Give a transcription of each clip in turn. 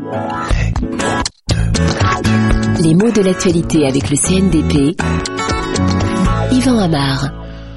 Les mots de l'actualité avec le CNDP. Yvan Amar.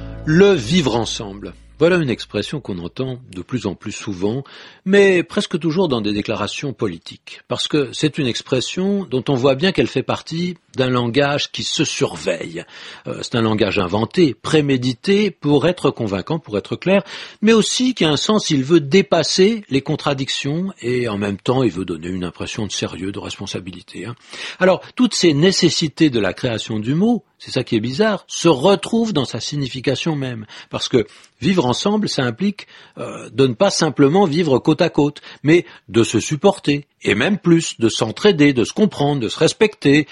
Le vivre ensemble. Voilà une expression qu'on entend de plus en plus souvent, mais presque toujours dans des déclarations politiques. Parce que c'est une expression dont on voit bien qu'elle fait partie d'un langage qui se surveille. C'est un langage inventé, prémédité, pour être convaincant, pour être clair, mais aussi qui a un sens, il veut dépasser les contradictions et en même temps il veut donner une impression de sérieux, de responsabilité. Alors, toutes ces nécessités de la création du mot, c'est ça qui est bizarre, se retrouvent dans sa signification même. Parce que vivre ensemble, ça implique de ne pas simplement vivre côte à côte, mais de se supporter, et même plus, de s'entraider, de se comprendre, de se respecter,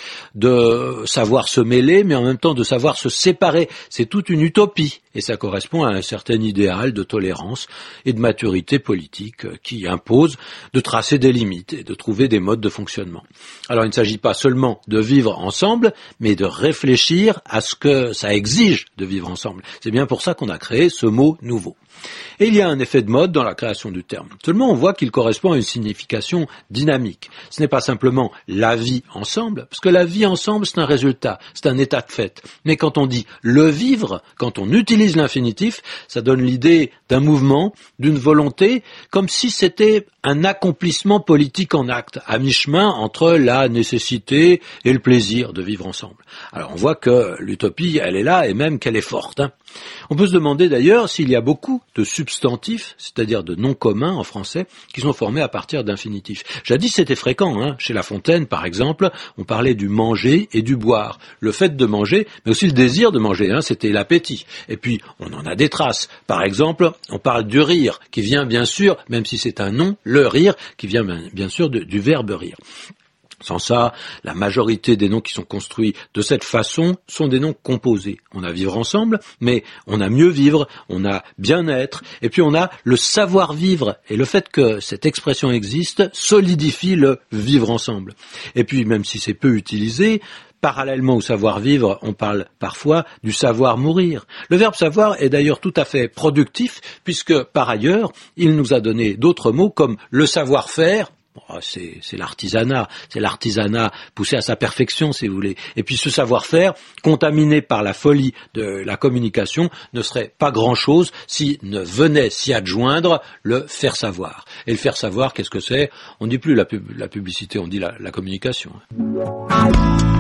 de savoir se mêler, mais en même temps de savoir se séparer. C'est toute une utopie, et ça correspond à un certain idéal de tolérance et de maturité politique qui impose de tracer des limites et de trouver des modes de fonctionnement. Alors il ne s'agit pas seulement de vivre ensemble, mais de réfléchir à ce que ça exige de vivre ensemble. C'est bien pour ça qu'on a créé ce mot nouveau. Et il y a un effet de mode dans la création du terme. Seulement, on voit qu'il correspond à une signification dynamique. Ce n'est pas simplement la vie ensemble, parce que la vie ensemble, c'est un résultat, c'est un état de fait. Mais quand on dit le vivre, quand on utilise l'infinitif, ça donne l'idée d'un mouvement, d'une volonté, comme si c'était un accomplissement politique en acte, à mi-chemin entre la nécessité et le plaisir de vivre ensemble. Alors on voit que l'utopie, elle est là et même qu'elle est forte. On peut se demander d'ailleurs s'il y a beaucoup de substantifs, c'est-à-dire de noms communs en français, qui sont formés à partir d'infinitifs. Jadis c'était fréquent, chez La Fontaine par exemple, on parlait du manger et du boire. Le fait de manger, mais aussi le désir de manger, c'était l'appétit. Et puis on en a des traces. Par exemple, on parle du rire, qui vient bien sûr, même si c'est un nom, le rire, qui vient bien sûr du verbe rire. Sans ça, la majorité des noms qui sont construits de cette façon sont des noms composés. On a vivre ensemble, mais on a mieux vivre, on a bien-être, et puis on a le savoir-vivre. Et le fait que cette expression existe solidifie le vivre ensemble. Et puis, même si c'est peu utilisé, parallèlement au savoir-vivre, on parle parfois du savoir-mourir. Le verbe savoir est d'ailleurs tout à fait productif, puisque par ailleurs, il nous a donné d'autres mots comme le savoir-faire. C'est l'artisanat poussé à sa perfection, si vous voulez. Et puis ce savoir-faire, contaminé par la folie de la communication, ne serait pas grand-chose si ne venait s'y adjoindre le faire savoir. Et le faire savoir, qu'est-ce que c'est ? On ne dit plus la publicité, on dit la communication.